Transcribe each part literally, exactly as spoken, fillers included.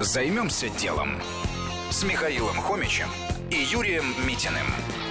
Займемся делом с Михаилом Хомичем и Юрием Митиным.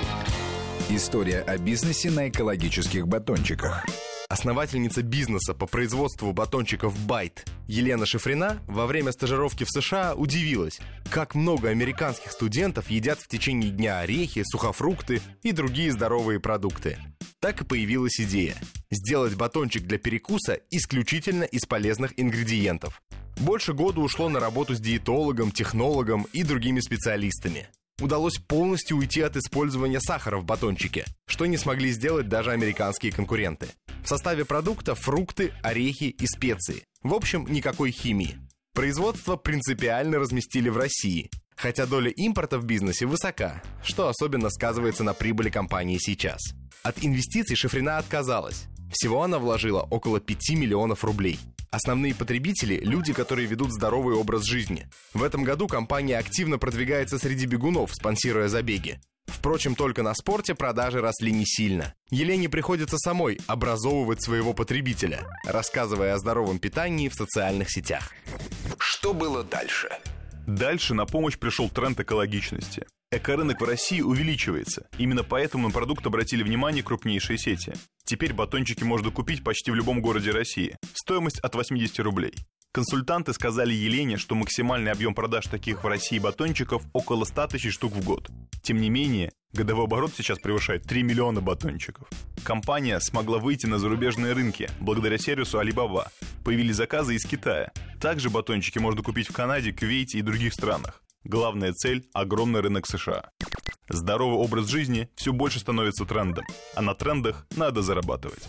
История о бизнесе на экологических батончиках. Основательница бизнеса по производству батончиков Байт Елена Шифрина во время стажировки в США удивилась, как много американских студентов едят в течение дня орехи, сухофрукты и другие здоровые продукты. Так и появилась идея – сделать батончик для перекуса исключительно из полезных ингредиентов. Больше года ушло на работу с диетологом, технологом и другими специалистами. Удалось полностью уйти от использования сахара в батончике, что не смогли сделать даже американские конкуренты. В составе продукта фрукты, орехи и специи. В общем, никакой химии. Производство принципиально разместили в России, хотя доля импорта в бизнесе высока, что особенно сказывается на прибыли компании сейчас. От инвестиций Шифрина отказалась. Всего она вложила около пяти миллионов рублей. Основные потребители – люди, которые ведут здоровый образ жизни. В этом году компания активно продвигается среди бегунов, спонсируя забеги. Впрочем, только на спорте продажи росли не сильно. Елене приходится самой образовывать своего потребителя, рассказывая о здоровом питании в социальных сетях. Что было дальше? Дальше на помощь пришел тренд экологичности. Экорынок в России увеличивается. Именно поэтому на продукт обратили внимание крупнейшие сети. Теперь батончики можно купить почти в любом городе России. Стоимость от восемьдесят рублей. Консультанты сказали Елене, что максимальный объем продаж таких в России батончиков около ста тысяч штук в год. Тем не менее, годовой оборот сейчас превышает три миллиона батончиков. Компания смогла выйти на зарубежные рынки благодаря сервису Alibaba. Появились заказы из Китая. Также батончики можно купить в Канаде, Кувейте и других странах. Главная цель – огромный рынок США. Здоровый образ жизни все больше становится трендом, а на трендах надо зарабатывать.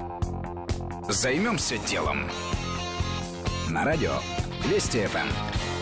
Займемся делом. На радио Вести эф эм.